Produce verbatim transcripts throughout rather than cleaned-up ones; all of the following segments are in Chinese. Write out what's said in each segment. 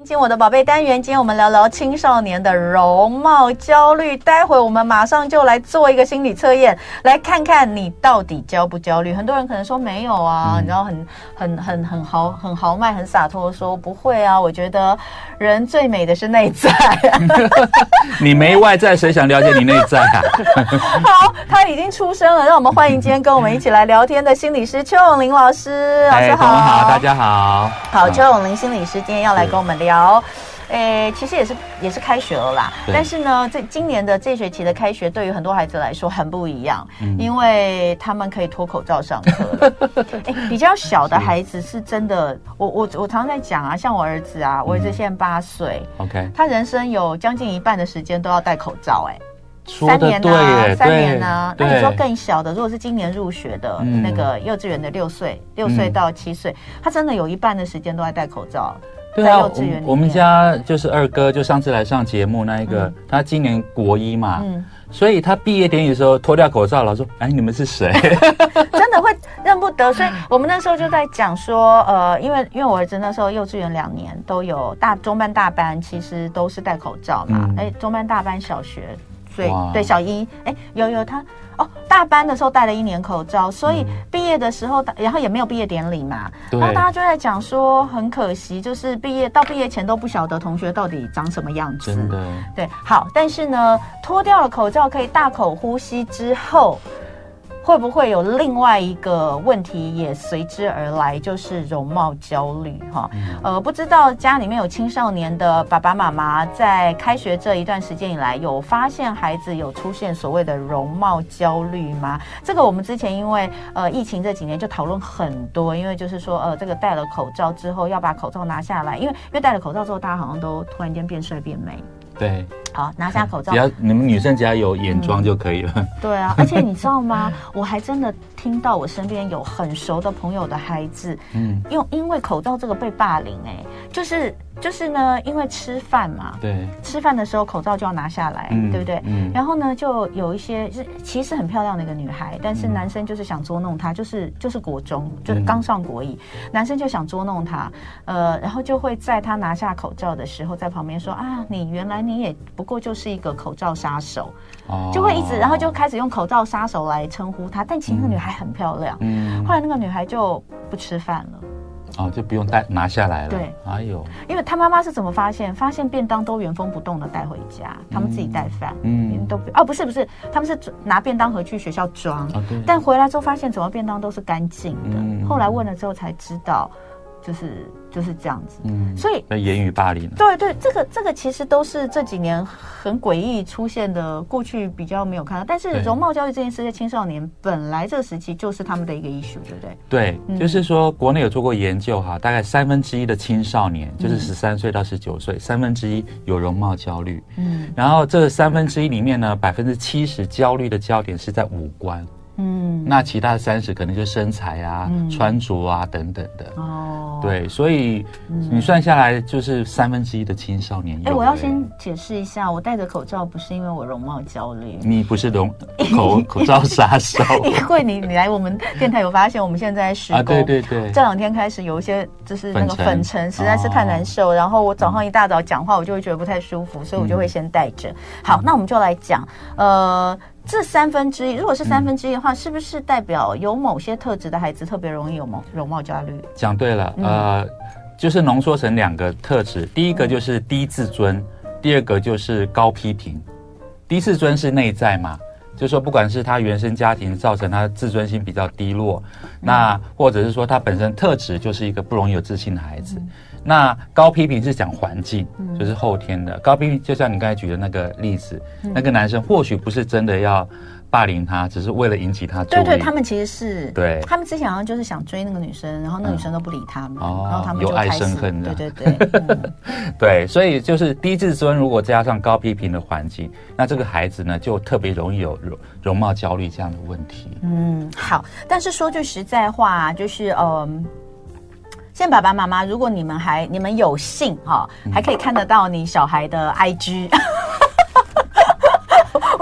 今我的宝贝单元，今天我们聊聊青少年的容貌焦虑。待会我们马上就来做一个心理测验，来看看你到底焦不焦虑。很多人可能说没有啊，嗯、你知道很很很很豪很豪迈很洒脱说不会啊，我觉得人最美的是内在。 你没外在，谁想了解你内在啊？ 好，他已经出生了，让我们欢迎今天跟我们一起来聊天的心理师邱永林老师。老师好， 好，大家好。 好，邱永林心理师今天要来跟我们聊。诶，其实也是也是开学了啦，但是呢，这今年的这学期的开学对于很多孩子来说很不一样，嗯、因为他们可以脱口罩上课了。诶，比较小的孩子是真的，我我我常常在讲啊，像我儿子啊，我儿子现在八岁 ，OK， 他人生有将近一半的时间都要戴口罩、欸，哎。三年啊，三年啊，那你说更小的，如果是今年入学的、嗯、那个幼稚园的六岁，六岁到七岁、嗯，他真的有一半的时间都在戴口罩。 对啊，我, 我们家就是二哥，就上次来上节目那一个，嗯、他今年国一嘛，嗯、所以他毕业典礼的时候脱掉口罩，老师说：“哎，你们是谁？” 真的会认不得。所以我们那时候就在讲说，呃，因为因为我儿子那时候幼稚园两年都有大中班大班，其实都是戴口罩嘛。哎、嗯，中班大班小学。对对，小一哎，有有他哦，大班的时候戴了一年口罩，所以毕业的时候，嗯、然后也没有毕业典礼嘛，然后大家就在讲说，很可惜，就是毕业到毕业前都不晓得同学到底长什么样子。 真的， 对，好，但是呢，脱掉了口罩可以大口呼吸之后。会不会有另外一个问题也随之而来，就是容貌焦虑哈？呃，不知道家里面有青少年的爸爸妈妈，在开学这一段时间以来，有发现孩子有出现所谓的容貌焦虑吗？这个我们之前因为呃疫情这几年就讨论很多，因为就是说呃这个戴了口罩之后要把口罩拿下来，因为因为戴了口罩之后，大家好像都突然间变帅变美。 对， 好，拿下口罩， 只要你们女生只要有眼妆就可以了。 嗯、对啊，而且你知道吗？我还真的听到我身边有很熟的朋友的孩子，嗯，因因为口罩这个被霸凌、欸，哎，就是就是呢，因为吃饭嘛，对，吃饭的时候口罩就要拿下来，嗯、对不对？嗯，然后呢，就有一些是其实很漂亮的一个女孩，但是男生就是想捉弄她，就是就是国中，就是刚上国一，嗯、男生就想捉弄她，呃，然后就会在她拿下口罩的时候，在旁边说啊，你原来你也不过就是一个口罩杀手，哦、就会一直，然后就开始用口罩杀手来称呼她，但其实那个女孩很漂亮，嗯，后来那个女孩就不吃饭了。 哦，就不用带拿下来了。 对， 哎呦， 因为他妈妈是怎么发现？发现便当都原封不动的带回家，他们自己带饭，嗯，都哦不是不是，他们是拿便当盒去学校装，哦、但回来之后发现整个便当都是干净的，嗯、后来问了之后才知道，就是就是这样子，嗯，所以那言语霸凌， 对对，这个这个其实都是这几年很诡异出现的，过去比较没有看到。但是容貌焦虑这件事，在青少年本来这个时期就是他们的一个 issue， 对不对？ 对，嗯、就是说国内有做过研究哈，大概三分之一的青少年，就是十三岁到十九岁，三分之一有容貌焦虑，嗯，然后这三分之一里面呢，百分之七十焦虑的焦点是在五官。嗯，那其他的三十可能就是身材啊、嗯、穿着啊等等的哦。对，所以你算下来就是三分之一的青少年有。哎， 我要先解释一下，我戴着口罩不是因为我容貌焦虑， 你不是容口口罩杀手。 因为你你来我们电台有发现，我们现在在施工，啊、对对对，这两天开始有一些就是那个粉尘实在是太难受，哦、然后我早上一大早讲话，我就会觉得不太舒服，所以我就会先戴着。嗯、好，那我们就来讲，呃。这三分之一，如果是三分之一的话，嗯、是不是代表有某些特质的孩子特别容易有容貌焦虑？ 讲对了，嗯、呃，就是浓缩成两个特质，第一个就是低自尊，嗯、第二个就是高批评。低自尊是内在嘛，就是说不管是他原生家庭造成他自尊心比较低落，嗯、那或者是说他本身特质就是一个不容易有自信的孩子。嗯那高批评是讲环境，嗯、就是后天的高批评，就像你刚才举的那个例子，嗯、那个男生或许不是真的要霸凌他，只是为了引起他注意。 对对，他们其实是对， 他们之前好像就是想追那个女生，然后那个女生都不理他们，嗯、然后他们就有爱生恨的。 对对对，嗯、 对，所以就是低自尊，如果加上高批评的环境，那这个孩子呢就特别容易有容容貌焦虑这样的问题。 嗯，好，但是说句实在话，就是嗯。现在爸爸妈妈，如果你们还你们有幸哈、哦，还可以看得到你小孩的 I G，、嗯、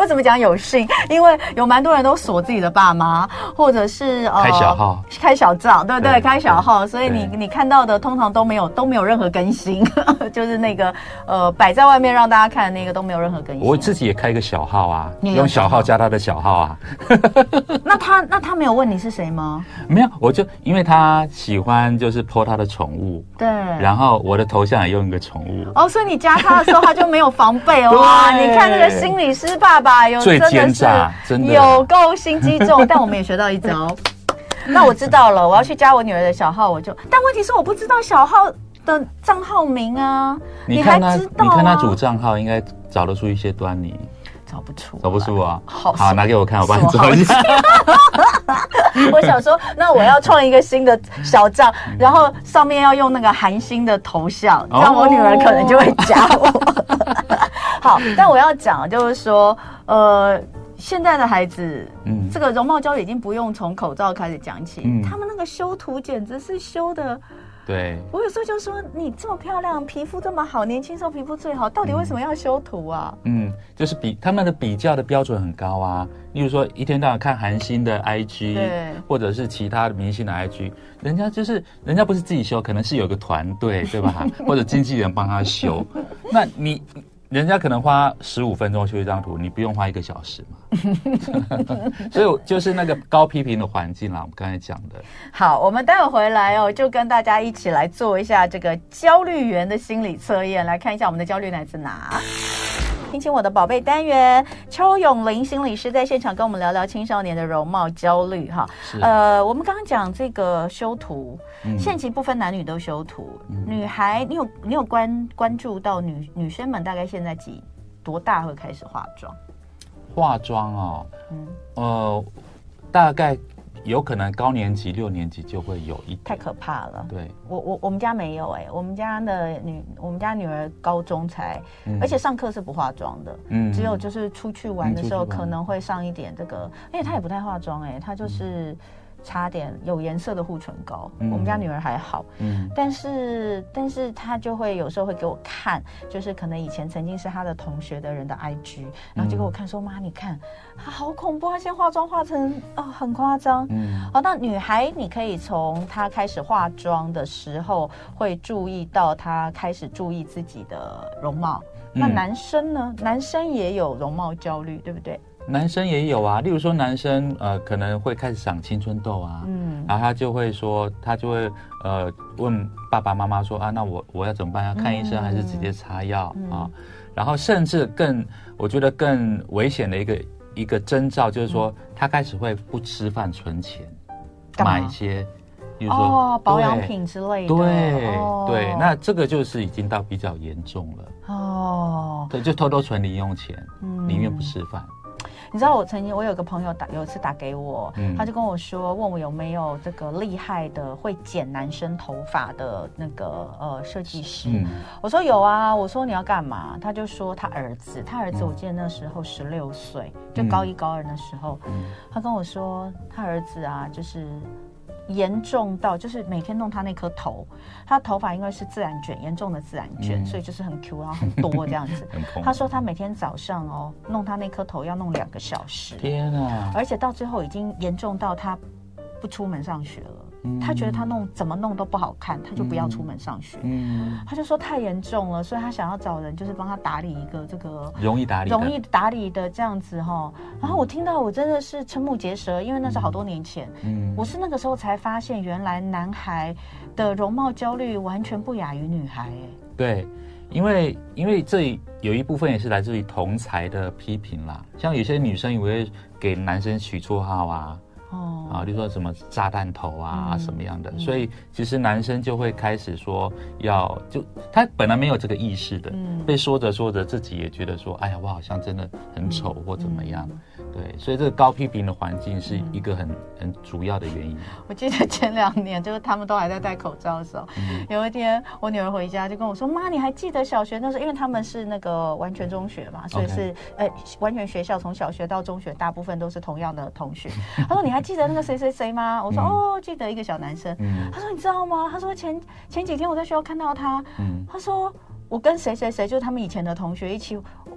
为什么讲有幸？因为有蛮多人都锁自己的爸妈，或者是呃开小号、 开小账，对不对？ 对开小号，所以你对你看到的通常都没有都没有任何更新，就是那个呃摆在外面让大家看的那个都没有任何更新。 我自己也开一个小号啊， 你有用小号加他的小号啊。 那他那他没有问你是谁吗？ 没有，我就因为他喜欢就是 po 他的宠物， 对， 然后我的头像也用一个宠物。 哦，所以你加他的时候他就没有防备哇！你看那个心理师爸爸有最真的是奸诈，真的有够心机重，但我们也学到一招。那我知道了，我要去加我女儿的小号，我就但问题是我不知道小号的账号名啊， 你看他， 还知道、啊？ 你看他主账号应该找得出一些端倪。 找不出， 找不出啊！ 好， 好，拿给我看，我帮你找一下。 我想说，那我要创一个新的小账，然后上面要用那个韩星的头像，这样我女儿可能就会加我。好，但我要讲就是说，呃。现在的孩子，嗯，这个容貌焦虑已经不用从口罩开始讲起，嗯，他们那个修图简直是修的。 对， 我有时候就说，你这么漂亮，皮肤这么好，年轻时候皮肤最好，到底为什么要修图啊？ 嗯，就是比他们的比较的标准很高啊。例如说，一天到晚看韩星的 I G， 对，或者是其他的明星的 I G， 人家就是人家不是自己修，可能是有个团队，对吧？或者经纪人帮他修。那你。人家可能花十五分钟修一张图，你不用花一个小时嘛。所以就是那个高批评的环境啦，我们刚才讲的。 好，我们待会回来哦，就跟大家一起来做一下这个焦虑源的心理测验，来看一下我们的焦虑来自哪。听清我的宝贝单元，邱永林心理师在现场跟我们聊聊青少年的容貌焦虑哈。呃，我们刚刚讲这个修图，嗯、现其不分男女都修图。嗯、女孩，你有你有关关注到女女生们大概现在几多大会开始化妆？ 化妆哦，嗯，呃，大概。有可能高年级六年级就会有一点， 太可怕了。 对， 我我我们家没有哎、欸，我们家的女我们家女儿高中才，嗯、而且上课是不化妆的，嗯，只有就是出去玩的时候可能会上一点这个，而且她也不太化妆哎、欸，她就是。嗯擦点有颜色的护唇膏，嗯、我们家女儿还好，嗯，但是但是她就会有时候会给我看，就是可能以前曾经是她的同学的人的 I G， 然后就给我看说，妈、嗯，你看她好恐怖，她现在化妆化成啊、哦、很夸张，嗯，好，那女孩你可以从她开始化妆的时候会注意到她开始注意自己的容貌，嗯、那男生呢？男生也有容貌焦虑，对不对？ 男生也有啊，例如说男生呃可能会开始长青春痘啊，嗯，然后他就会说，他就会呃问爸爸妈妈说啊，那我我要怎么办？要看医生还是直接擦药、嗯、啊？然后甚至更我觉得更危险的一个一个征兆就是说，嗯、他开始会不吃饭存钱，买一些，比如说、 哦、保养品之类的， 对、哦、对，那这个就是已经到比较严重了哦，对，就偷偷存零用钱，嗯、宁愿不吃饭。 你知道我曾经我有个朋友打有一次打给我、嗯、他就跟我说问我有没有这个厉害的会剪男生头发的那个呃设计师、嗯、我说有啊，我说你要干嘛，他就说他儿子他儿子我记得那时候十六岁、嗯、就高一高二的时候、嗯、他跟我说他儿子啊就是严重到就是每天弄他那颗头，他头发因为是自然卷，严重的自然卷、嗯、所以就是很 Q 然后很多这样子他说他每天早上哦弄他那颗头要弄两个小时， 天啊， 而且到最后已经严重到他不出门上学了、嗯、他觉得他弄怎么弄都不好看，他就不要出门上学、嗯、他就说太严重了，所以他想要找人就是帮他打理一个这个容易打理容易打理的这样子哈。然后我听到我真的是瞠目结舌，因为那是好多年前、嗯、我是那个时候才发现原来男孩的容貌焦虑完全不亚于女孩、欸、 对，因为因为这有一部分也是来自于同侪的批评啦，像有些女生也会给男生取绰号啊哦，啊，比如说什么炸弹头啊、嗯、什么样的、嗯、所以其实男生就会开始说要就他本来没有这个意识的、嗯、被说着说着自己也觉得说哎呀我好像真的很丑、嗯、或怎么样、嗯、对，所以这个高批评的环境是一个很、嗯、很主要的原因。 我记得前两年就是他们都还在戴口罩的时候、嗯、有一天我女儿回家就跟我说，妈你还记得小学那时候，因为他们是那个完全中学嘛，所以是、okay. 呃完全学校从小学到中学大部分都是同样的同学他说你还记得那个谁谁谁吗？我说、嗯、哦记得一个小男生、嗯、他说你知道吗，他说前前几天我在学校看到他、嗯、他说我跟谁谁谁就是他们以前的同学一起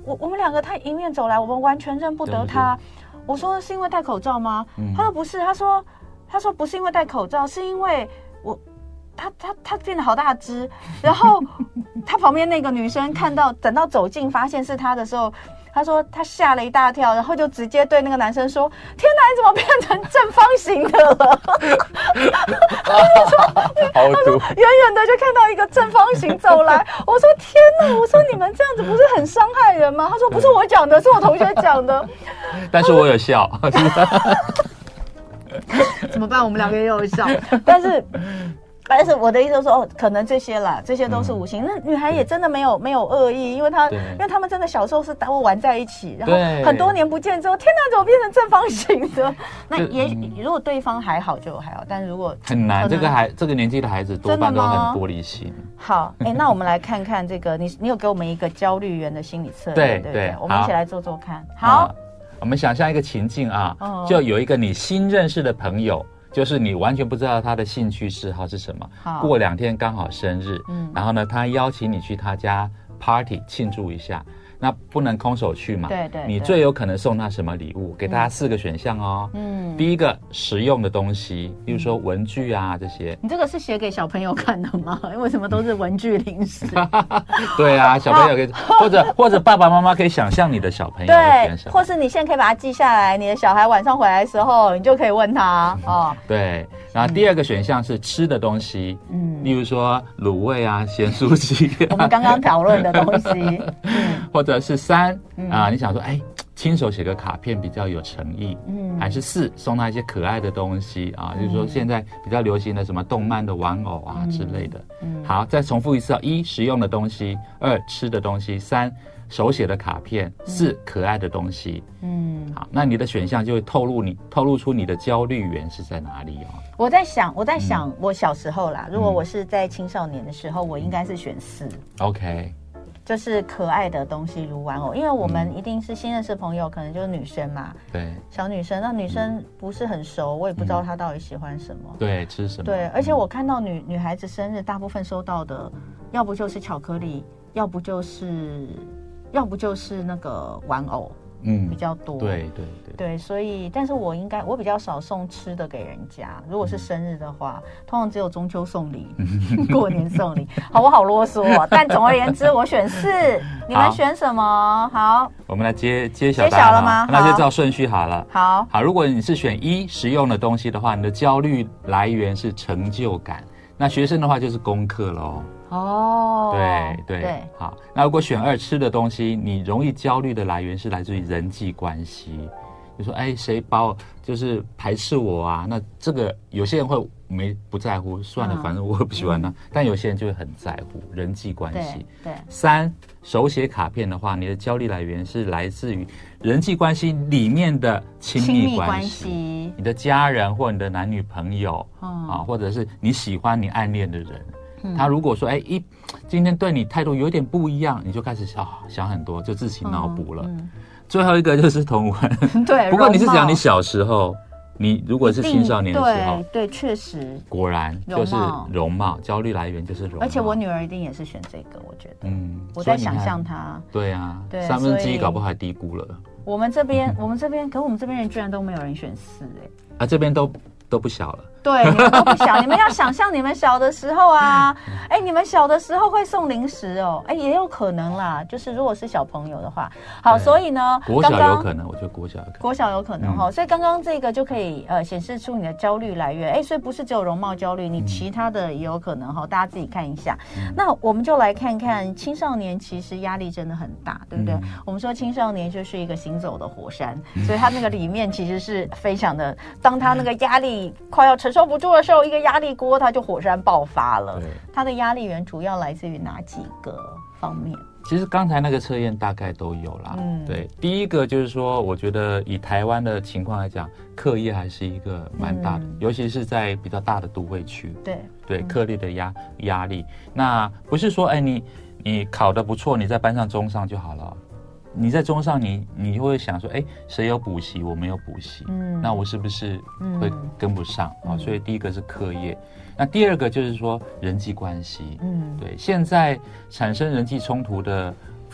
我我们两个他迎面走来，我们完全认不得他。我说是因为戴口罩吗？嗯、他说不是，他说他说不是因为戴口罩，是因为我他他他变得好大只，然后他旁边那个女生看到，等到走近发现是他的时候。他说他吓了一大跳，然后就直接对那个男生说：“天哪，你怎么变成正方形的了？”他说：“远远的就看到一个正方形走来。”我说：“天哪！”我说：“你们这样子不是很伤害人吗？”他说：“不是我讲的，是我同学讲的。” 但是我有笑。 怎么办？我们两个也有笑，但是。但是我的意思就是说，哦，可能这些啦，这些都是无形。嗯、那女孩也真的没有没有恶意，因为她因为他们真的小时候是都玩在一起，然后很多年不见之后，天哪，怎么变成正方形的？那也、嗯、如果对方还好就还好，但如果很难，这个孩这个年纪的孩子多半都很玻璃心。 好，哎、欸，那我们来看看这个，你你有给我们一个焦虑源的心理测验，对对对，我们一起来做做看。好， 我们想象一个情境啊，哦、就有一个你新认识的朋友。就是你完全不知道他的兴趣嗜好是什么，过两天刚好生日，嗯，然后呢，他邀请你去他家 party 庆祝一下，那不能空手去嘛， 对 对, 对， 你最有可能送他什么礼物？给大家四个选项哦，嗯，第一个实用的东西，比如说文具啊这些。 你这个是写给小朋友看的吗？为什么都是文具零食？ 对啊，小朋友可以，或者或者爸爸妈妈可以想象你的小朋友会选什么， 或是你现在可以把它记下来，你的小孩晚上回来的时候，你就可以问他哦。 对，然后第二个选项是吃的东西，嗯，例如说卤味啊、咸酥鸡， 我们刚刚讨论的东西，嗯， 或者是三啊、嗯呃，你想说，哎，亲手写个卡片比较有诚意，嗯，还是四送他一些可爱的东西啊，就是说现在比较流行的什么动漫的玩偶啊、嗯、之类的。嗯，好，再重复一次啊：一实用的东西，二吃的东西，三手写的卡片，四、嗯、可爱的东西。嗯，好，那你的选项就会透露你透露出你的焦虑源是在哪里哦。 我在想，我在想，嗯、我小时候啦，如果我是在青少年的时候，嗯、我应该是选四。 OK。 就是可爱的东西如玩偶，因为我们一定是新认识朋友，可能就是女生嘛， 对， 小女生，那女生不是很熟，我也不知道她到底喜欢什么， 嗯、对，吃什么， 对，而且我看到女女孩子生日，大部分收到的，要不就是巧克力，要不就是，要不就是那个玩偶。嗯，比较多， 对对对对，所以，但是我应该我比较少送吃的给人家。如果是生日的话，通常只有中秋送礼，过年送礼。好，我好啰嗦哦。但总而言之，我选四，你们选什么？好， 我们来揭揭晓答案了吗？那就照顺序好了。 好， 好，如果你是选一实用的东西的话，你的焦虑来源是成就感。那学生的话就是功课咯。 哦， 对 对, 对好。那如果选二吃的东西，你容易焦虑的来源是来自于人际关系，就说哎谁把我就是排斥我啊？那这个有些人会没不在乎，算了，嗯、反正我不喜欢他、嗯。但有些人就会很在乎人际关系。 对。对三手写卡片的话，你的焦虑来源是来自于人际关系里面的亲密关系，你的家人或你的男女朋友、嗯、啊，或者是你喜欢你暗恋的人。他如果说哎一今天对你态度有点不一样，你就开始想想很多，就自行脑补了、嗯嗯。最后一个就是同文， 对。 不过你是讲你小时候，你如果是青少年的时候， 对，确实， 果然就是容貌焦虑来源就是容貌。 而且我女儿一定也是选这个，我觉得，嗯，我在想象她， 对啊，对，三分之一搞不好还低估了。 我们这边，我们这边，可是我们这边人居然都没有人选四哎， 啊，这边都都不小了。 对，你们都不小，你们要想象你们小的时候啊，哎，你们小的时候会送零食哦，哎，也有可能啦，就是如果是小朋友的话，好，所以呢， 国小有可能，我觉得国小有可能， 国小有可能哈、嗯，所以刚刚这个就可以呃显示出你的焦虑来源，哎，所以不是只有容貌焦虑，你其他的也有可能哈，大家自己看一下、嗯。那我们就来看看青少年其实压力真的很大，对不对？嗯、我们说青少年就是一个行走的火山，嗯、所以他那个里面其实是非常的，当他那个压力快要承受不住的时候，一个压力锅它就火山爆发了。它的压力源主要来自于哪几个方面？ 其实刚才那个测验大概都有啦。嗯，对，第一个就是说，我觉得以台湾的情况来讲，课业还是一个蛮大的、嗯，尤其是在比较大的都会区。 对对，课业的压压力，那不是说哎你你考得不错，你在班上中上就好了。你在中上你，你你会想说，哎，谁有补习，我没有补习，嗯，那我是不是会跟不上啊、嗯？所以第一个是课业，那第二个就是说人际关系，嗯，对，现在产生人际冲突的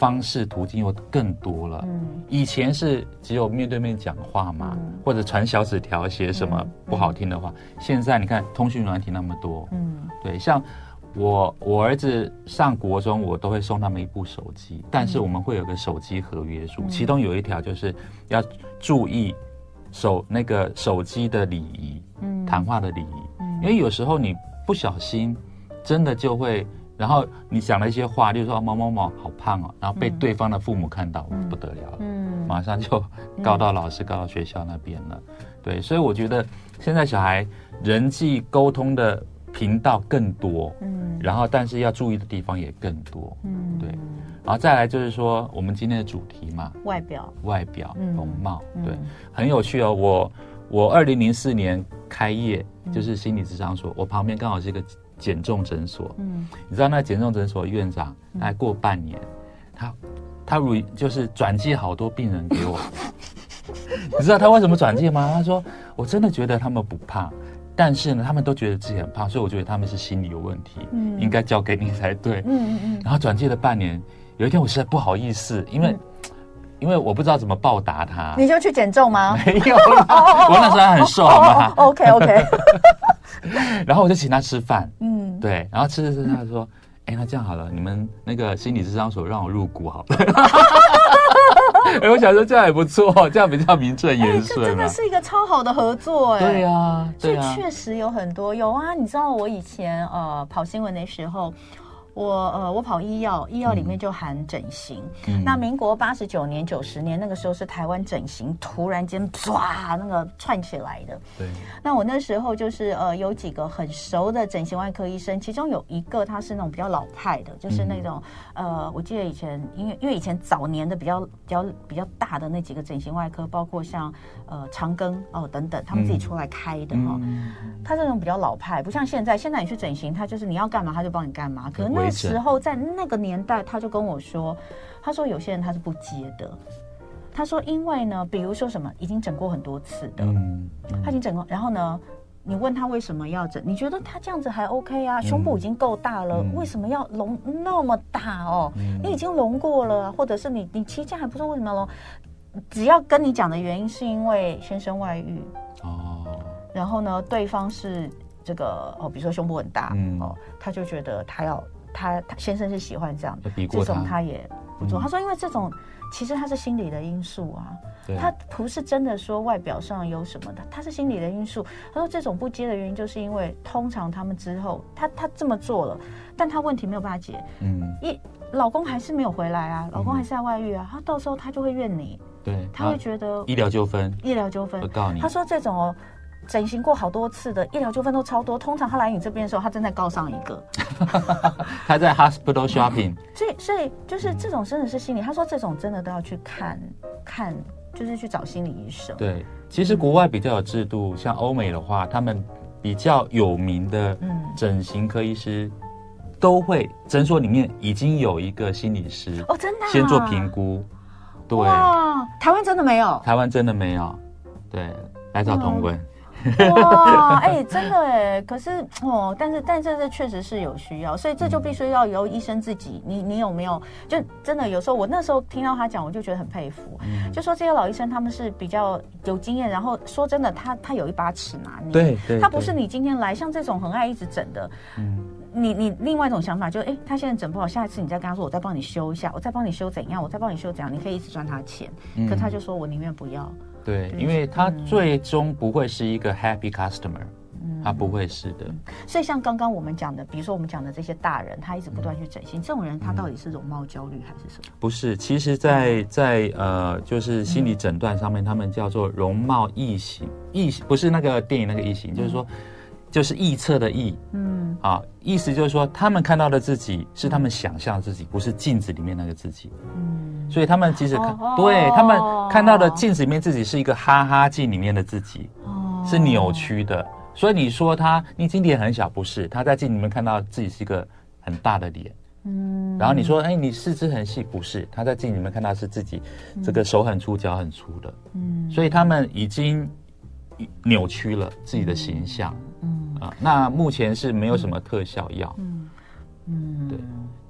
方式途径又更多了。嗯，以前是只有面对面讲话嘛，嗯、或者传小纸条写什么不好听的话。嗯、现在你看通讯软体那么多，嗯，对，像我我儿子上国中，我都会送他们一部手机，但是我们会有个手机合约书，嗯、其中有一条就是要注意手那个手机的礼仪，嗯，谈话的礼仪，嗯，因为有时候你不小心真的就会。然后你讲了一些话，例如说某某某好胖哦，然后被对方的父母看到，嗯、不得了了，嗯，马上就告到老师，嗯、告到学校那边了。对，所以我觉得现在小孩人际沟通的频道更多，嗯，然后但是要注意的地方也更多，嗯，对。然后再来就是说，我们今天的主题嘛， 外表， 外表，容貌，嗯、对，很有趣哦。我我二零零四年开业，就是心理咨商所，我旁边刚好是一个。减重诊所，嗯，你知道那减重诊所院长，他还过半年，他他如就是转介好多病人给我，你知道他为什么转介吗？他说我真的觉得他们不胖，但是呢，他们都觉得自己很胖，所以我觉得他们是心理有问题，嗯，应该交给你才对，嗯嗯嗯。然后转介了半年，有一天我实在不好意思，因为、嗯、因为我不知道怎么报答他， 你就去减重吗？ 没有啦，我那时候还很瘦，好吗 ？OK OK。 然后我就请他吃饭，嗯，对，然后吃吃吃，他说：“哎、欸，那这样好了，你们那个心理咨商所让我入股好了。”哎，我想说这样也不错，这样比较名正言顺、欸。这真的是一个超好的合作、欸，哎。 对呀、啊， 对啊。所以确实有很多有啊，你知道我以前呃跑新闻的时候。我呃，我跑医药，医药里面就含整形。嗯、那民国八十九年、九十年那个时候是台湾整形突然间唰那个窜起来的。 对。 那我那时候就是呃，有几个很熟的整形外科医生，其中有一个他是那种比较老派的，就是那种、嗯、呃，我记得以前因为因为以前早年的比较比较比较大的那几个整形外科，包括像呃长庚哦、呃、等等，他们自己出来开的哈。嗯、他这种比较老派，不像现在，现在你去整形，他就是你要干嘛他就帮你干嘛。可能那时候在那个年代，他就跟我说，他说有些人他是不接的。他说因为呢，比如说什么已经整过很多次的，嗯嗯、他已经整过，然后呢，你问他为什么要整，你觉得他这样子还 OK 啊，胸部已经够大了，嗯、为什么要隆那么大哦？嗯、你已经隆过了，或者是你你期间还不错，为什么要隆？只要跟你讲的原因是因为先生外遇哦，然后呢，对方是这个哦，比如说胸部很大、嗯、哦，他就觉得他要。他, 他先生是喜欢这样的，这种他也不做。嗯、他说，因为这种其实他是心理的因素啊，他不是真的说外表上有什么的，他是心理的因素。他说这种不接的原因，就是因为通常他们之后，他他这么做了，但他问题没有办法解，嗯，一老公还是没有回来啊，老公还是在外遇啊，他到时候他就会怨你， 对， 他会觉得医疗纠纷， 医疗纠纷， 我告你， 他说这种哦。整形过好多次的医疗纠纷都超多，通常他来你这边的时候，他正在告上一个， 他在 hospital shopping， 所以所以就是这种真的是心理，他说这种真的都要去看看，就是去找心理医生。 对，其实国外比较有制度，嗯、像欧美的话，他们比较有名的整形科医师都会诊所里面已经有一个心理师哦，真的、啊、 先做评估。对， 哇，台湾真的没有， 台湾真的没有，对，来找同文。嗯哇，哎、欸，真的哎，可是哦，但是但是这确实是有需要，所以这就必须要由医生自己，你你有没有？就真的有时候我那时候听到他讲，我就觉得很佩服，嗯、就说这些老医生他们是比较有经验，然后说真的，他他有一把尺拿捏， 对对， 他不是你今天来像这种很爱一直整的，嗯。你你另外一种想法就是，哎，他现在整不好，下一次你再跟他说，我再帮你修一下，我再帮你修怎样，我再帮你修怎样，你可以一直赚他钱。嗯、可他就说我宁愿不要。 对，因为他最终不会是一个 happy customer，、嗯、他不会是的。 所以像刚刚我们讲的，比如说我们讲的这些大人，他一直不断去整形，嗯、这种人他到底是容貌焦虑还是什么？ 不是，其实在，在在呃，就是心理诊断上面，他们叫做容貌异形，异不是那个电影那个异形，嗯、就是说。就是臆测的臆，嗯，啊，意思就是说，他们看到的自己是他们想象的自己，不是镜子里面那个自己，嗯，所以他们即使看，哦、对他们看到的镜子里面自己是一个哈哈镜里面的自己，哦，是扭曲的。所以你说他，你今脸很小，不是？他在镜里面看到自己是一个很大的脸，嗯，然后你说，哎，你四肢很细，不是？他在镜里面看到是自己这个手很粗，脚很粗的，嗯，所以他们已经扭曲了自己的形象。嗯啊，那目前是没有什么特效药，嗯嗯，对，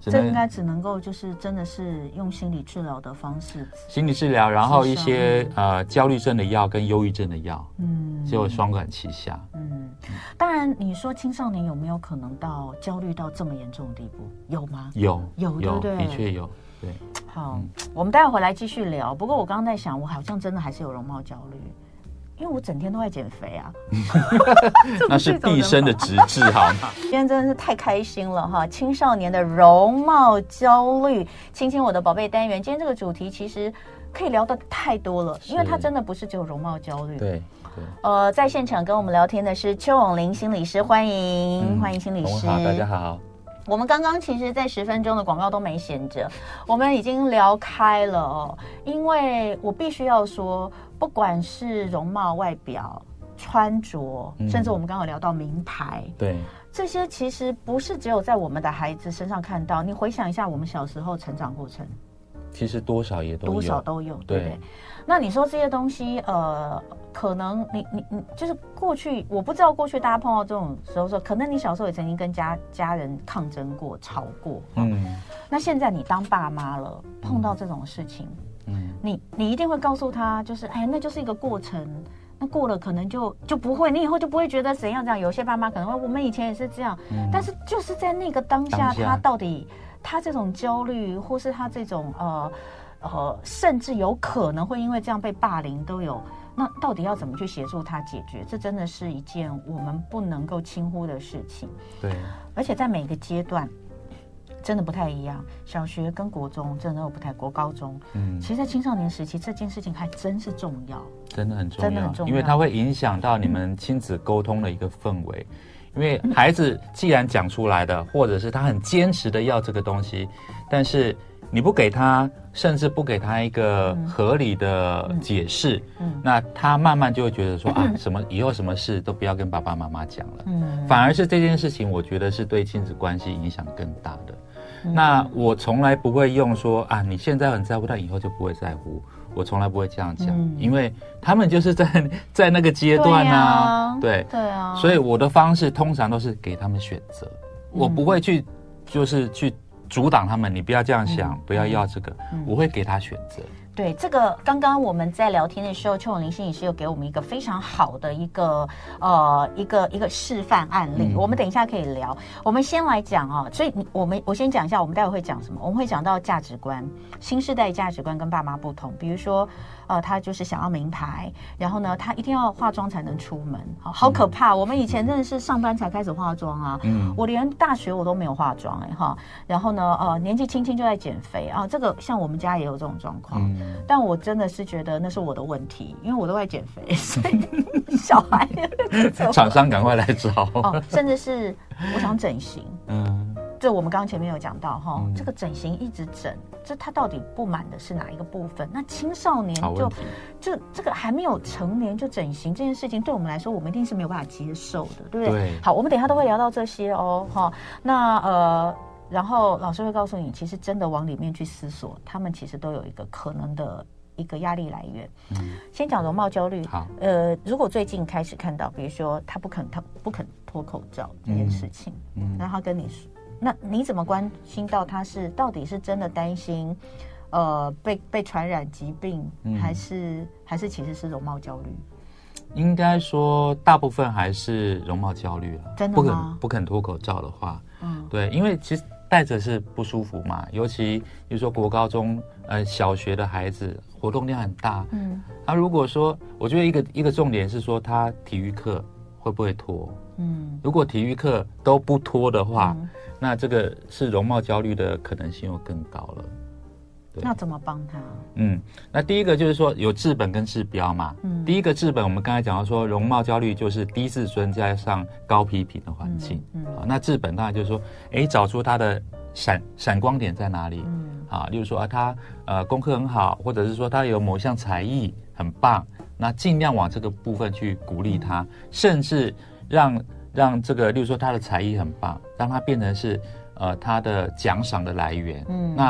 这应该只能够就是真的是用心理治疗的方式， 心理治疗，然后一些呃焦虑症的药跟忧郁症的药，嗯，就双管齐下。 嗯，当然你说青少年有没有可能到焦虑到这么严重的地步？有吗？ 有有，对不对？ 的确有。对， 好，嗯、我们待会回来继续聊。不过我刚刚在想，我好像真的还是有容貌焦虑，因为我整天都在减肥啊。 那是毕生的职志，好吗？ 今天真的是太开心了哈！青少年的容貌焦虑，亲亲我的宝贝单元，今天这个主题其实可以聊的太多了，因为它真的不是只有容貌焦虑。 对。 呃，在现场跟我们聊天的是邱永林心理师，欢迎、嗯、欢迎心理师。 好，大家好。 我们刚刚其实在十分钟的广告都没闲着，我们已经聊开了哦。因为我必须要说，不管是容貌、外表、穿着，嗯、甚至我们刚刚聊到名牌， 对， 这些其实不是只有在我们的孩子身上看到。你回想一下我们小时候成长过程， 其实多少也都有， 多少都有，对不对？ 对。 那你说这些东西，呃，可能你你你就是过去，我不知道过去大家碰到这种时候说，可能你小时候也曾经跟家家人抗争过、吵过，嗯，那现在你当爸妈了，碰到这种事情，嗯，你你一定会告诉他，就是哎，那就是一个过程，那过了可能就就不会，你以后就不会觉得怎样怎样。有些爸妈可能会，我们以前也是这样，嗯、但是就是在那个当下，当下他到底他这种焦虑，或是他这种呃。呃，甚至有可能会因为这样被霸凌都有，那到底要怎么去协助他解决？这真的是一件我们不能够轻忽的事情。 对， 而且在每个阶段真的不太一样，小学跟国中真的都不太，国高中，嗯，其实，在青少年时期这件事情还真是重要， 真的很重要， 真的很重要， 因为它会影响到你们亲子沟通的一个氛围。嗯、因为孩子既然讲出来的，或者是他很坚持的要这个东西，但是你不给他，甚至不给他一个合理的解释，嗯嗯、那他慢慢就会觉得说、嗯、啊，什么以后什么事都不要跟爸爸妈妈讲了，嗯、反而是这件事情，我觉得是对亲子关系影响更大的。嗯、那我从来不会用说啊，你现在很在乎，但以后就不会在乎。我从来不会这样讲，嗯、因为他们就是在在那个阶段啊， 对对啊， 所以我的方式通常都是给他们选择，嗯、我不会去就是去阻挡他们，你不要这样想，嗯、不要要这个，嗯、我会给他选择。 对，这个刚刚我们在聊天的时候，邱永林心理师有给我们一个非常好的一个呃一个一个示范案例，嗯、我们等一下可以聊。我们先来讲啊、哦，所以我们我先讲一下，我们待会会讲什么？我们会讲到价值观，新世代价值观跟爸妈不同，比如说呃，他就是想要名牌，然后呢，他一定要化妆才能出门，好，好可怕。嗯、我们以前真的是上班才开始化妆啊，嗯，我连大学我都没有化妆哎哈，然后呢，呃，年纪轻轻就在减肥啊，这个像我们家也有这种状况。嗯但我真的是觉得那是我的问题，因为我都在减肥，所以小孩厂商赶快来找哦，甚至是我想整形，嗯，这我们刚刚前面有讲到哈，嗯、这个整形一直整，这他到底不满的是哪一个部分？那青少年就就这个还没有成年就整形这件事情，对我们来说，我们一定是没有办法接受的，对不对？对。好，我们等一下都会聊到这些哦，哈，那呃。然后老师会告诉你，其实真的往里面去思索，他们其实都有一个可能的一个压力来源。嗯，先讲容貌焦虑。 好， 呃，如果最近开始看到，比如说他不肯他不肯脱口罩这件事情，嗯，然后他跟你说，那你怎么关心到他是到底是真的担心，呃，被被传染疾病，嗯、还是还是其实是容貌焦虑？ 应该说，大部分还是容貌焦虑了。 真的吗？ 不肯不肯脱口罩的话，嗯，对，因为其实戴着是不舒服嘛，尤其比如说国高中、呃小学的孩子活动量很大，嗯，那、啊、如果说，我觉得一个一个重点是说他体育课会不会脱，嗯，如果体育课都不脱的话，嗯、那这个是容貌焦虑的可能性又更高了。 那怎么帮他？ 嗯，那第一个就是说有治本跟治标嘛。嗯，第一个治本，我们刚才讲到说，容貌焦虑就是低自尊加上高批评的环境。嗯，嗯好，那治本当然就是说，哎，找出他的闪闪光点在哪里。嗯，啊，例如说啊，他呃功课很好，或者是说他有某项才艺很棒，那尽量往这个部分去鼓励他，嗯、甚至让让这个，例如说他的才艺很棒，让他变成是呃他的奖赏的来源。嗯，那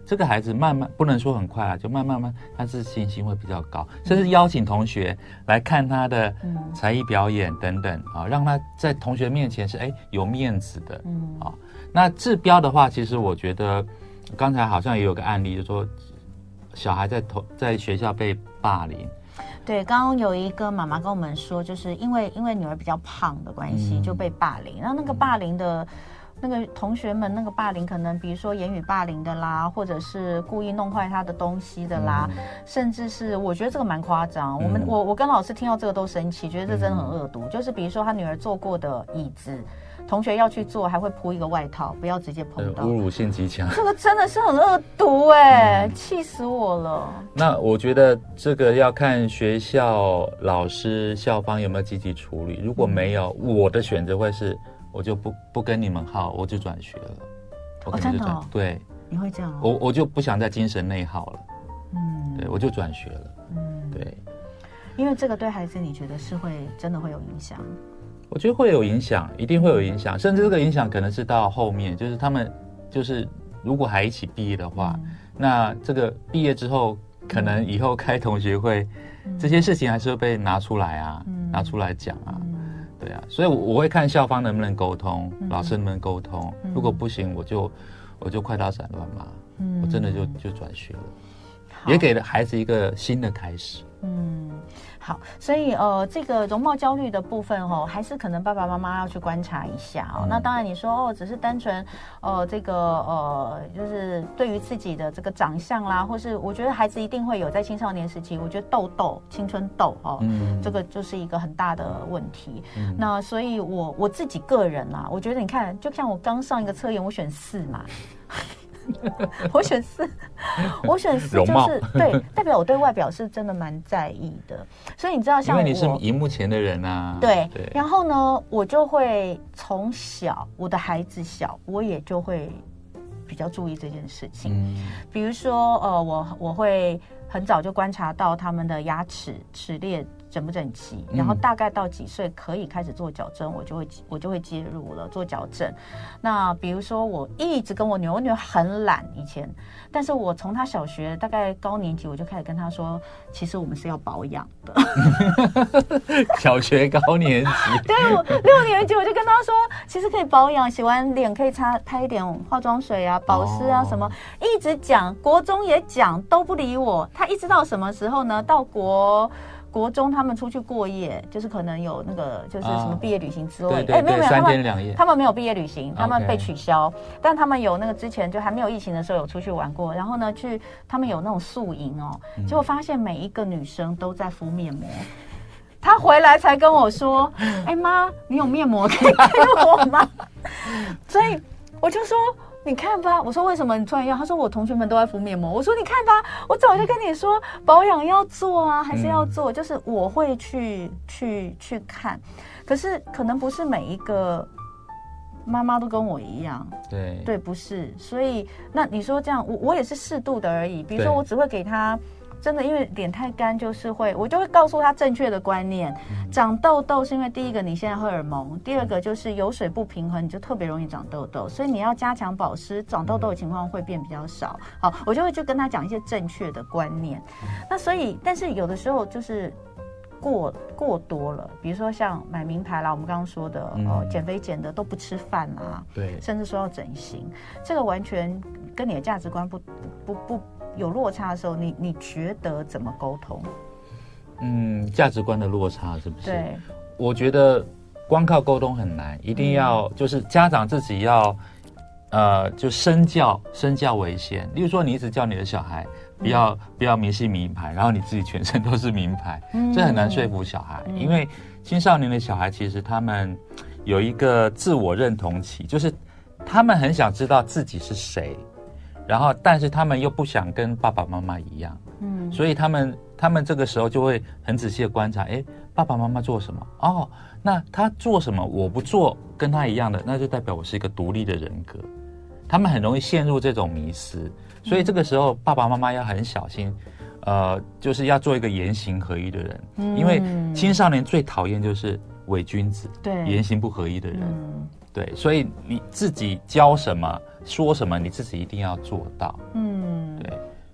这个孩子慢慢不能说很快啊，就慢慢慢，他自信心会比较高，甚至邀请同学来看他的才艺表演等等啊，让他在同学面前是哎有面子的啊。那治标的话，其实我觉得刚才好像也有个案例，就是说小孩在头在学校被霸凌。 对，刚刚有一个妈妈跟我们说，就是因为因为女儿比较胖的关系，嗯、就被霸凌。然后那个霸凌的，那个同学们那个霸凌，可能比如说言语霸凌的啦，或者是故意弄坏他的东西的啦，嗯、甚至是我觉得这个蛮夸张。嗯、我们我我跟老师听到这个都生气，觉得这真的很恶毒。嗯、就是比如说他女儿坐过的椅子。同学要去做，还会铺一个外套，不要直接碰到， 侮辱性极强。 这个真的是很恶毒哎、欸，气、嗯、死我了。 那我觉得这个要看学校老师校方有没有积极处理。如果没有，嗯、我的选择会是，我就不不跟你们耗，我就转学了。我可能就转、哦、对， 你会这样、哦？ 我我就不想再精神内耗了。嗯，对，我就转学了。嗯，对， 因为这个对孩子，你觉得是会真的会有影响？ 我觉得会有影响，一定会有影响，甚至这个影响可能是到后面，就是他们就是如果还一起毕业的话，嗯、那这个毕业之后，可能以后开同学会，嗯、这些事情还是会被拿出来啊，嗯、拿出来讲啊，嗯、对啊，所以我我会看校方能不能沟通，嗯、老师能不能沟通，嗯、如果不行，我就我就快刀斩乱麻，嗯、我真的就就转学了，也给了孩子一个新的开始。 嗯，好，所以呃，这个容貌焦虑的部分哦，还是可能爸爸妈妈要去观察一下哦。嗯、那当然你说哦，只是单纯呃这个呃，就是对于自己的这个长相啦，或是我觉得孩子一定会有在青少年时期，我觉得痘痘、青春痘哦，嗯、这个就是一个很大的问题。嗯、那所以我我自己个人啦，我觉得你看，就像我刚上一个测验，我选四嘛。我选四，我选四就是对，代表我对外表是真的蛮在意的。所以你知道，像我， 因为你是荧幕前的人啊， 对。对然后呢，我就会从小，我的孩子小，我也就会比较注意这件事情。嗯、比如说，呃，我我会很早就观察到他们的牙齿齿列整不整齐，然后大概到几岁可以开始做矫正，我就会我就会介入了做矫正。那比如说我一直跟我女儿，我女儿很懒以前，但是我从她小学大概高年级我就开始跟她说，其实我们是要保养的。 小学高年级， 对，我六年级我就跟她说，其实可以保养，洗完脸可以擦拍一点化妆水啊、保湿啊什么，哦、一直讲，国中也讲，都不理我。她一直到什么时候呢？到国。国中他们出去过夜，就是可能有那个就是什么毕业旅行之类的， 哎、啊，没有没有， 三天两夜， 他们没有毕业旅行，他们被取消， okay. 但他们有那个之前就还没有疫情的时候有出去玩过，然后呢去他们有那种宿营哦，嗯、结果发现每一个女生都在敷面膜，她回来才跟我说，哎妈，你有面膜可以给我吗？所以我就说。你看吧，我说为什么你突然要？他说我同学们都在敷面膜。我说你看吧，我早就跟你说保养要做啊，还是要做，嗯、就是我会去去去看。可是可能不是每一个妈妈都跟我一样， 对对，不是。所以那你说这样，我我也是适度的而已。比如说我只会给他。真的，因为脸太干，就是会，我就会告诉他正确的观念。嗯、长痘痘是因为第一个你现在荷尔蒙，第二个就是油水不平衡，你就特别容易长痘痘，所以你要加强保湿，长痘痘的情况会变比较少。好，我就会去跟他讲一些正确的观念。嗯、那所以，但是有的时候就是过过多了，比如说像买名牌啦，我们刚刚说的，嗯、哦，减肥减的都不吃饭啦， 对， 甚至说要整形，这个完全跟你的价值观不不不。不有落差的时候，你你觉得怎么沟通？ 嗯，价值观的落差是不是？ 对， 我觉得光靠沟通很难，一定要、嗯、就是家长自己要，呃，就身教，身教为先。例如说，你一直教你的小孩不要、嗯、不要迷信名牌，然后你自己全身都是名牌，嗯、这很难说服小孩，嗯、因为青少年的小孩其实他们有一个自我认同期，就是他们很想知道自己是谁。然后，但是他们又不想跟爸爸妈妈一样，嗯，所以他们他们这个时候就会很仔细的观察，哎，爸爸妈妈做什么？哦，那他做什么？我不做跟他一样的，那就代表我是一个独立的人格。他们很容易陷入这种迷思，所以这个时候爸爸妈妈要很小心，呃，就是要做一个言行合一的人，嗯、因为青少年最讨厌就是伪君子，对，言行不合一的人。嗯对，所以你自己教什么说什么，你自己一定要做到。嗯，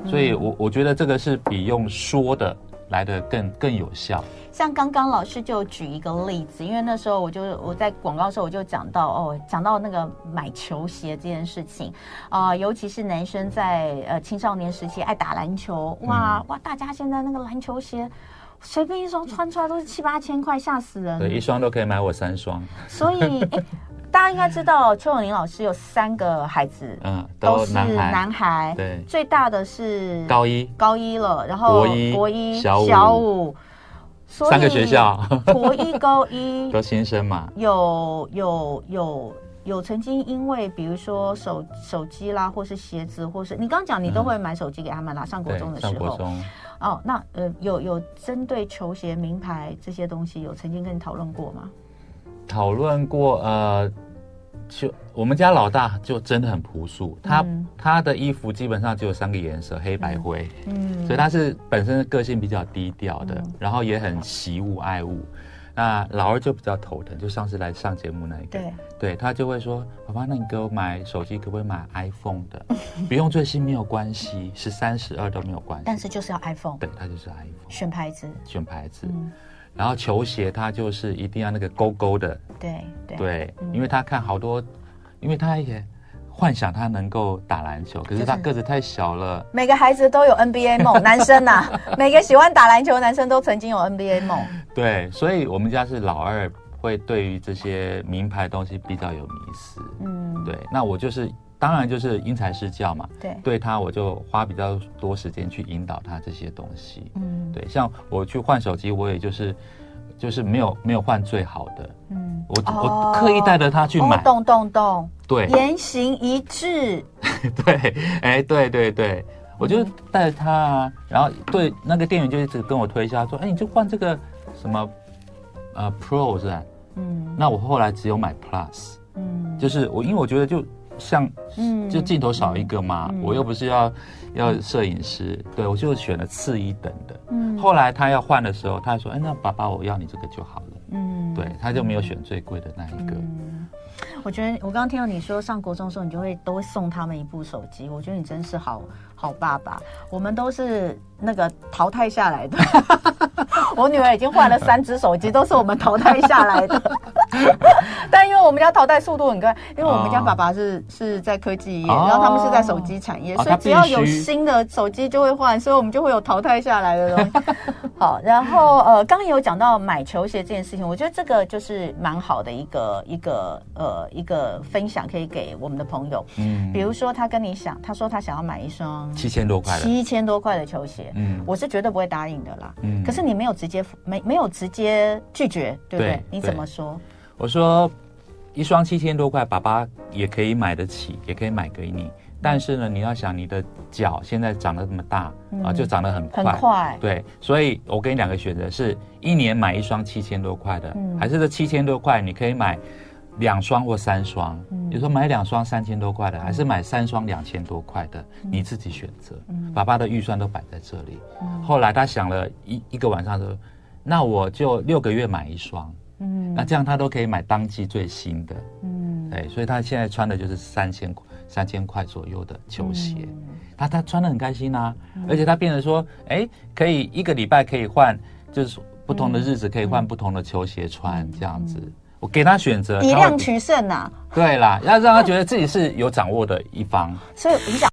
所以我我觉得这个是比用说的来的更更有效。 像刚刚老师就举一个例子，因为那时候我就我在广告的时候我就讲到哦，讲到那个买球鞋这件事情啊、呃，尤其是男生在呃青少年时期爱打篮球，哇、嗯、哇，大家现在那个篮球鞋随便一双穿出来都是七八千块，吓死人。 对，一双都可以买我三双。 所以哎。大家应该知道，邱永宁老师有三个孩子， 嗯， 都是男孩， 对， 最大的是高一， 高一了，然后国一， 国一， 小五， 小五， 三个学校， 国一、高一都新生嘛， 有有有有曾经因为比如说手手机啦，或是鞋子，或是你刚刚讲你都会买手机给他们啦，嗯、上国中的时候， 上国中， 哦，那呃有有针对球鞋、名牌这些东西，有曾经跟你讨论过吗？ 讨论过，呃。就我们家老大就真的很朴素，他、嗯、他的衣服基本上只有三个颜色，黑白灰，嗯，所以他是本身的个性比较低调的，嗯、然后也很惜物爱物。那老二就比较头疼，就上次来上节目那一个，对，对他就会说：“爸爸，那你给我买手机，可不可以买 iPhone 的？不用最新没有关系，十三、十二都没有关系， 但是就是要 iPhone。”对， 他就是 iPhone， 选牌子， 选牌子。嗯，然后球鞋他就是一定要那个勾勾的， 对 对, 对、嗯，因为他看好多，因为他也幻想他能够打篮球，可是他个子太小了。 每个孩子都有 N B A 梦，男生啊，每个喜欢打篮球的男生都曾经有 N B A 梦。 对，所以我们家是老二，会对于这些名牌东西比较有迷思。嗯，对，那我就是当然就是因材施教嘛，对，对他我就花比较多时间去引导他这些东西。嗯，对，像我去换手机，我也就是就是没有没有换最好的，嗯，我、哦、我刻意带着他去买， 哦、动动动， 对， 言行一致， 对，哎，对对对，我就带着他啊，然后对那个店员就一直跟我推销说，哎，你就换这个什么呃 Pro 是吧？嗯，那我后来只有买 Plus， 嗯，就是我因为我觉得就像，嗯，就镜头少一个嘛，嗯、我又不是要要摄影师，对我就选了次一等的。嗯，后来他要换的时候，他说：“哎，那爸爸，我要你这个就好了。”嗯，对，他就没有选最贵的那一个。嗯， 我觉得我刚刚听到你说上国中的时候，你就会都会送他们一部手机，我觉得你真是好好爸爸。我们都是那个淘汰下来的。我女儿已经换了三只手机，都是我们淘汰下来的。但因为我们家淘汰速度很快，因为我们家爸爸是、哦、是在科技业，然后他们是在手机产业，哦、所以只要有新的手机就会换，所以我们就会有淘汰下来的东西。好，然后呃，刚刚有讲到买球鞋这件事情，我觉得这个就是蛮好的一个一个呃一个分享，可以给我们的朋友。嗯，比如说他跟你想，他说他想要买一双七千多块的七千多块的球鞋，嗯，我是绝对不会答应的啦。嗯，可是你没有直接没没有直接拒绝，对不对？对，你怎么说？ 我说一双七千多块，爸爸也可以买得起，也可以买给你。但是呢，你要想你的脚现在长得这么大、嗯、啊，就长得很快， 很快。 对，所以我给你两个选择：是一年买一双七千多块的，嗯、还是这七千多块你可以买两双或三双？嗯，有时候买两双三千多块的，还是买三双两千多块的，嗯、你自己选择。嗯，爸爸的预算都摆在这里。嗯，后来他想了一一个晚上说，那我就六个月买一双。嗯，那这样他都可以买当季最新的，嗯，对，所以他现在穿的就是三千三千块左右的球鞋，嗯、他他穿得很开心啊，嗯、而且他变成说，哎，可以一个礼拜可以换，就是不同的日子可以换不同的球鞋穿，嗯、这样子，嗯、我给他选择， 以量取胜啊， 对啦，要让他觉得自己是有掌握的一方， 所以你讲。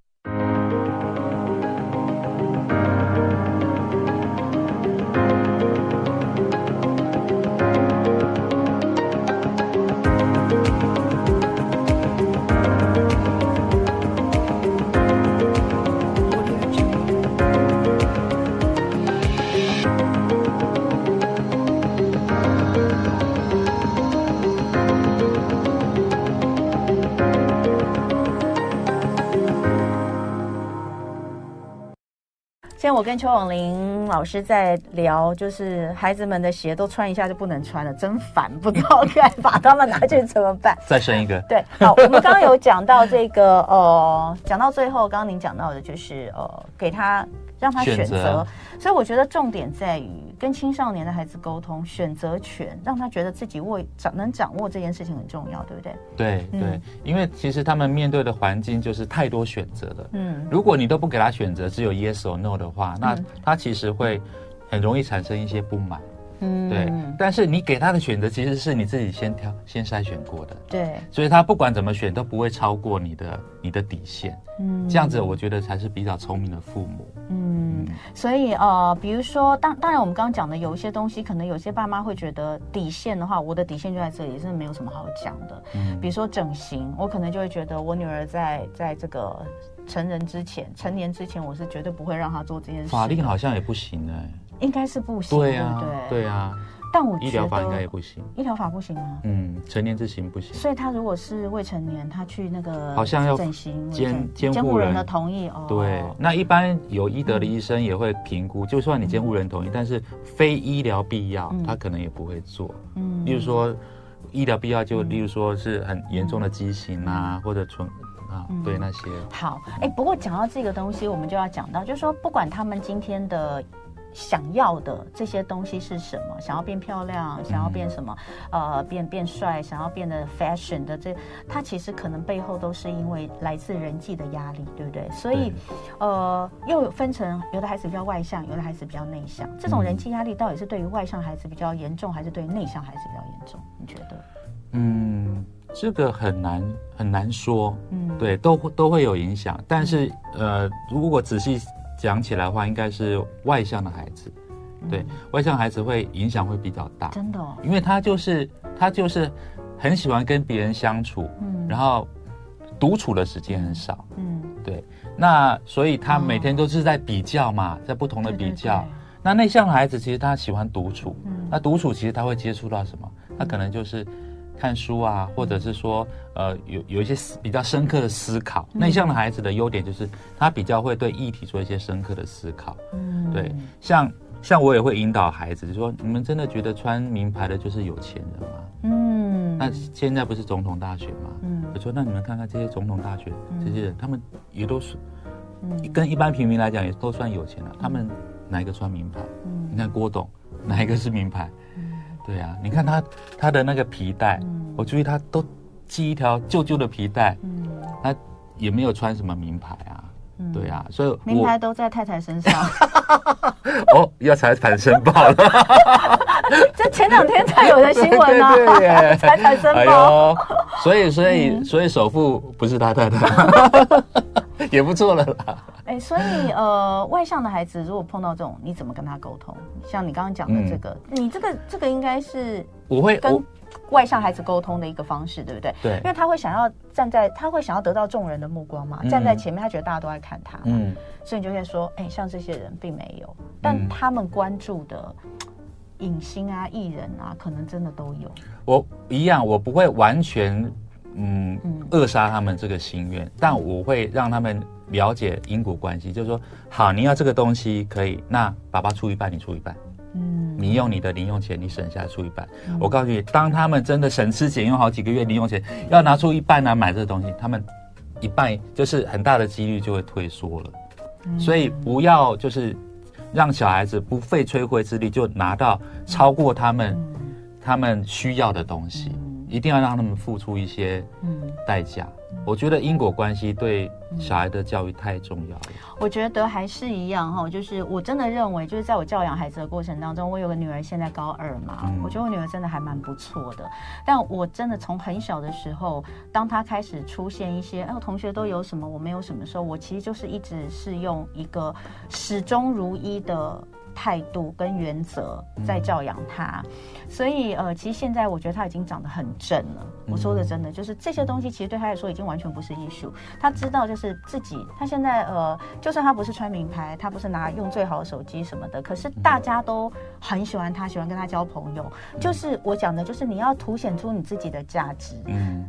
现在我跟邱永玲老师在聊，就是孩子们的鞋都穿一下就不能穿了，真烦，不知道该把他们拿去怎么办。 再生一个。 对，好，我们刚刚有讲到这个，呃，讲到最后，刚刚您讲到的就是呃，给他让他选择，所以我觉得重点在于跟青少年的孩子沟通，选择权，让他觉得自己握掌能掌握这件事情很重要，对不对？ 对、嗯、对，因为其实他们面对的环境就是太多选择了。嗯，如果你都不给他选择，只有 yes or no 的话，那他其实会很容易产生一些不满。嗯，对，但是你给他的选择其实是你自己先挑、先筛选过的， 对， 所以他不管怎么选都不会超过你的你的底线。嗯，这样子我觉得才是比较聪明的父母。 嗯，所以呃，比如说，当当然我们刚刚讲的有一些东西，可能有些爸妈会觉得底线的话，我的底线就在这里，是没有什么好讲的。嗯，比如说整形，我可能就会觉得我女儿在在这个成人之前、成年之前，我是绝对不会让她做这件事。 法令好像也不行哎、欸。 应该是不行， 对啊， 对对啊。 但我觉得医疗法应该也不行， 医疗法不行吗？ 嗯，成年之行不行。 所以他如果是未成年，他去那个好像要整形监监护人的同意哦。 对，那一般有医德的医生也会评估，嗯、就算你监护人同意，但是非医疗必要，嗯、他可能也不会做。嗯，例如说医疗必要，就例如说是很严重的畸形啊，嗯、或者纯。啊，对那些好，哎，不过讲到这个东西，我们就要讲到，就是说，不管他们今天的想要的这些东西是什么，想要变漂亮，想要变什么，嗯、呃，变变帅，想要变得 fashion 的这，它其实可能背后都是因为来自人际的压力，对不对？所以，呃，又分成有的孩子比较外向，有的孩子比较内向，这种人际压力到底是对于外向孩子比较严重，还是对于内向孩子比较严重？你觉得？ 嗯。这个很难很难说，嗯，对，都都会有影响。但是，呃，如果仔细讲起来的话，应该是外向的孩子，对，嗯、外向孩子会影响会比较大， 真的、哦， 因为他就是他就是很喜欢跟别人相处，嗯，然后独处的时间很少，嗯，对，那所以他每天都是在比较嘛，在不同的比较。对对对，那内向的孩子其实他喜欢独处，嗯，那独处其实他会接触到什么？他可能就是看书啊，或者是说，呃，有有一些比较深刻的思考。嗯、内向的孩子的优点就是他比较会对议题做一些深刻的思考。嗯，对，像像我也会引导孩子，就说你们真的觉得穿名牌的就是有钱人吗？嗯，那现在不是总统大选吗？嗯，我说那你们看看这些总统大选，嗯、这些人他们也都是，嗯，跟一般平民来讲也都算有钱了。嗯、他们哪一个穿名牌？嗯，你看郭董哪一个是名牌？对啊，你看他他的那个皮带，嗯、我注意他都系一条旧旧的皮带，嗯、他也没有穿什么名牌啊，嗯、对啊，所以名牌都在太太身上。 哦，要财产申报了。 这前两天才有的新闻啊， 对对对， 财产申报。哎呦，所以所以、嗯、所以首富不是他太太，也不错了啦。 哎，所以呃，外向的孩子如果碰到这种，你怎么跟他沟通？像你刚刚讲的这个，嗯、你这个这个应该是我会跟外向孩子沟通的一个方式，对不对？ 对， 因为他会想要站在，他会想要得到众人的目光嘛，嗯、站在前面，他觉得大家都在看他，嗯，所以你就会说，哎，像这些人并没有，但他们关注的影星啊、艺人啊，可能真的都有。 我一样，我不会完全嗯扼杀他们这个心愿，但我会让他们了解因果关系，就是说，好，你要这个东西可以，那爸爸出一半，你出一半，嗯，你用你的零用钱，你省下来出一半。嗯、我告诉你，当他们真的省吃俭用好几个月零用钱，要拿出一半来买这个东西，他们一半就是很大的几率就会退缩了。嗯、所以不要就是让小孩子不费吹灰之力就拿到超过他们、嗯、他们需要的东西。嗯，一定要让他们付出一些代价。嗯、我觉得因果关系对小孩的教育太重要了。 我觉得还是一样哈，就是我真的认为，就是在我教养孩子的过程当中，我有个女儿现在高二嘛，嗯、我觉得我女儿真的还蛮不错的。但我真的从很小的时候，当她开始出现一些，哎，同学都有什么，我没有什么时候，我其实就是一直是用一个始终如一的态度跟原则在教养他，嗯、所以呃，其实现在我觉得他已经长得很正了。我说的真的，就是这些东西其实对他来说已经完全不是艺术。他知道就是自己，他现在呃，就算他不是穿名牌，他不是拿用最好的手机什么的，可是大家都很喜欢他，喜欢跟他交朋友。就是我讲的，就是你要凸显出你自己的价值。嗯，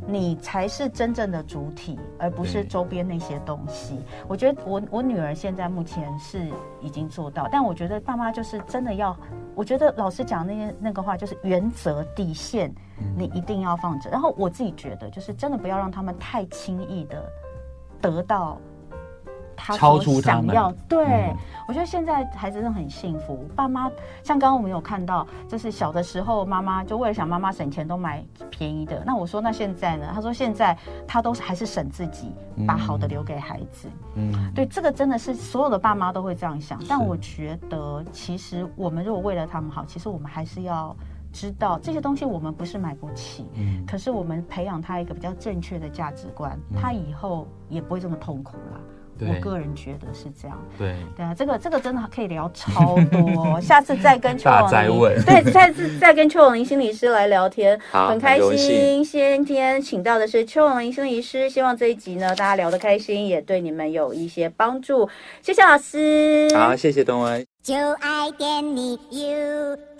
你才是真正的主体，而不是周边那些东西。我觉得我我女儿现在目前是已经做到，但我觉得爸妈就是真的要，我觉得老师讲那些那个话就是原则底线，你一定要放着。然后我自己觉得就是真的不要让他们太轻易的得到他所想要。对、嗯，我觉得现在孩子真的很幸福，爸妈像刚刚我们有看到，就是小的时候妈妈就为了想妈妈省钱都买便宜的，那我说那现在呢？他说现在他都还是省自己，把好的留给孩子。嗯，对，这个真的是所有的爸妈都会这样想，但我觉得其实我们如果为了他们好，其实我们还是要知道这些东西我们不是买不起，嗯，可是我们培养他一个比较正确的价值观，嗯、他以后也不会这么痛苦啦。我个人觉得是这样。对对啊，这个这个真的可以聊超多，下次再跟邱永林，对，下次再跟邱永林心理师来聊天，很开心。今天请到的是邱永林心理师，希望这一集呢大家聊得开心，也对你们有一些帮助。谢谢老师， 好，谢谢东恩， 就爱点你 U。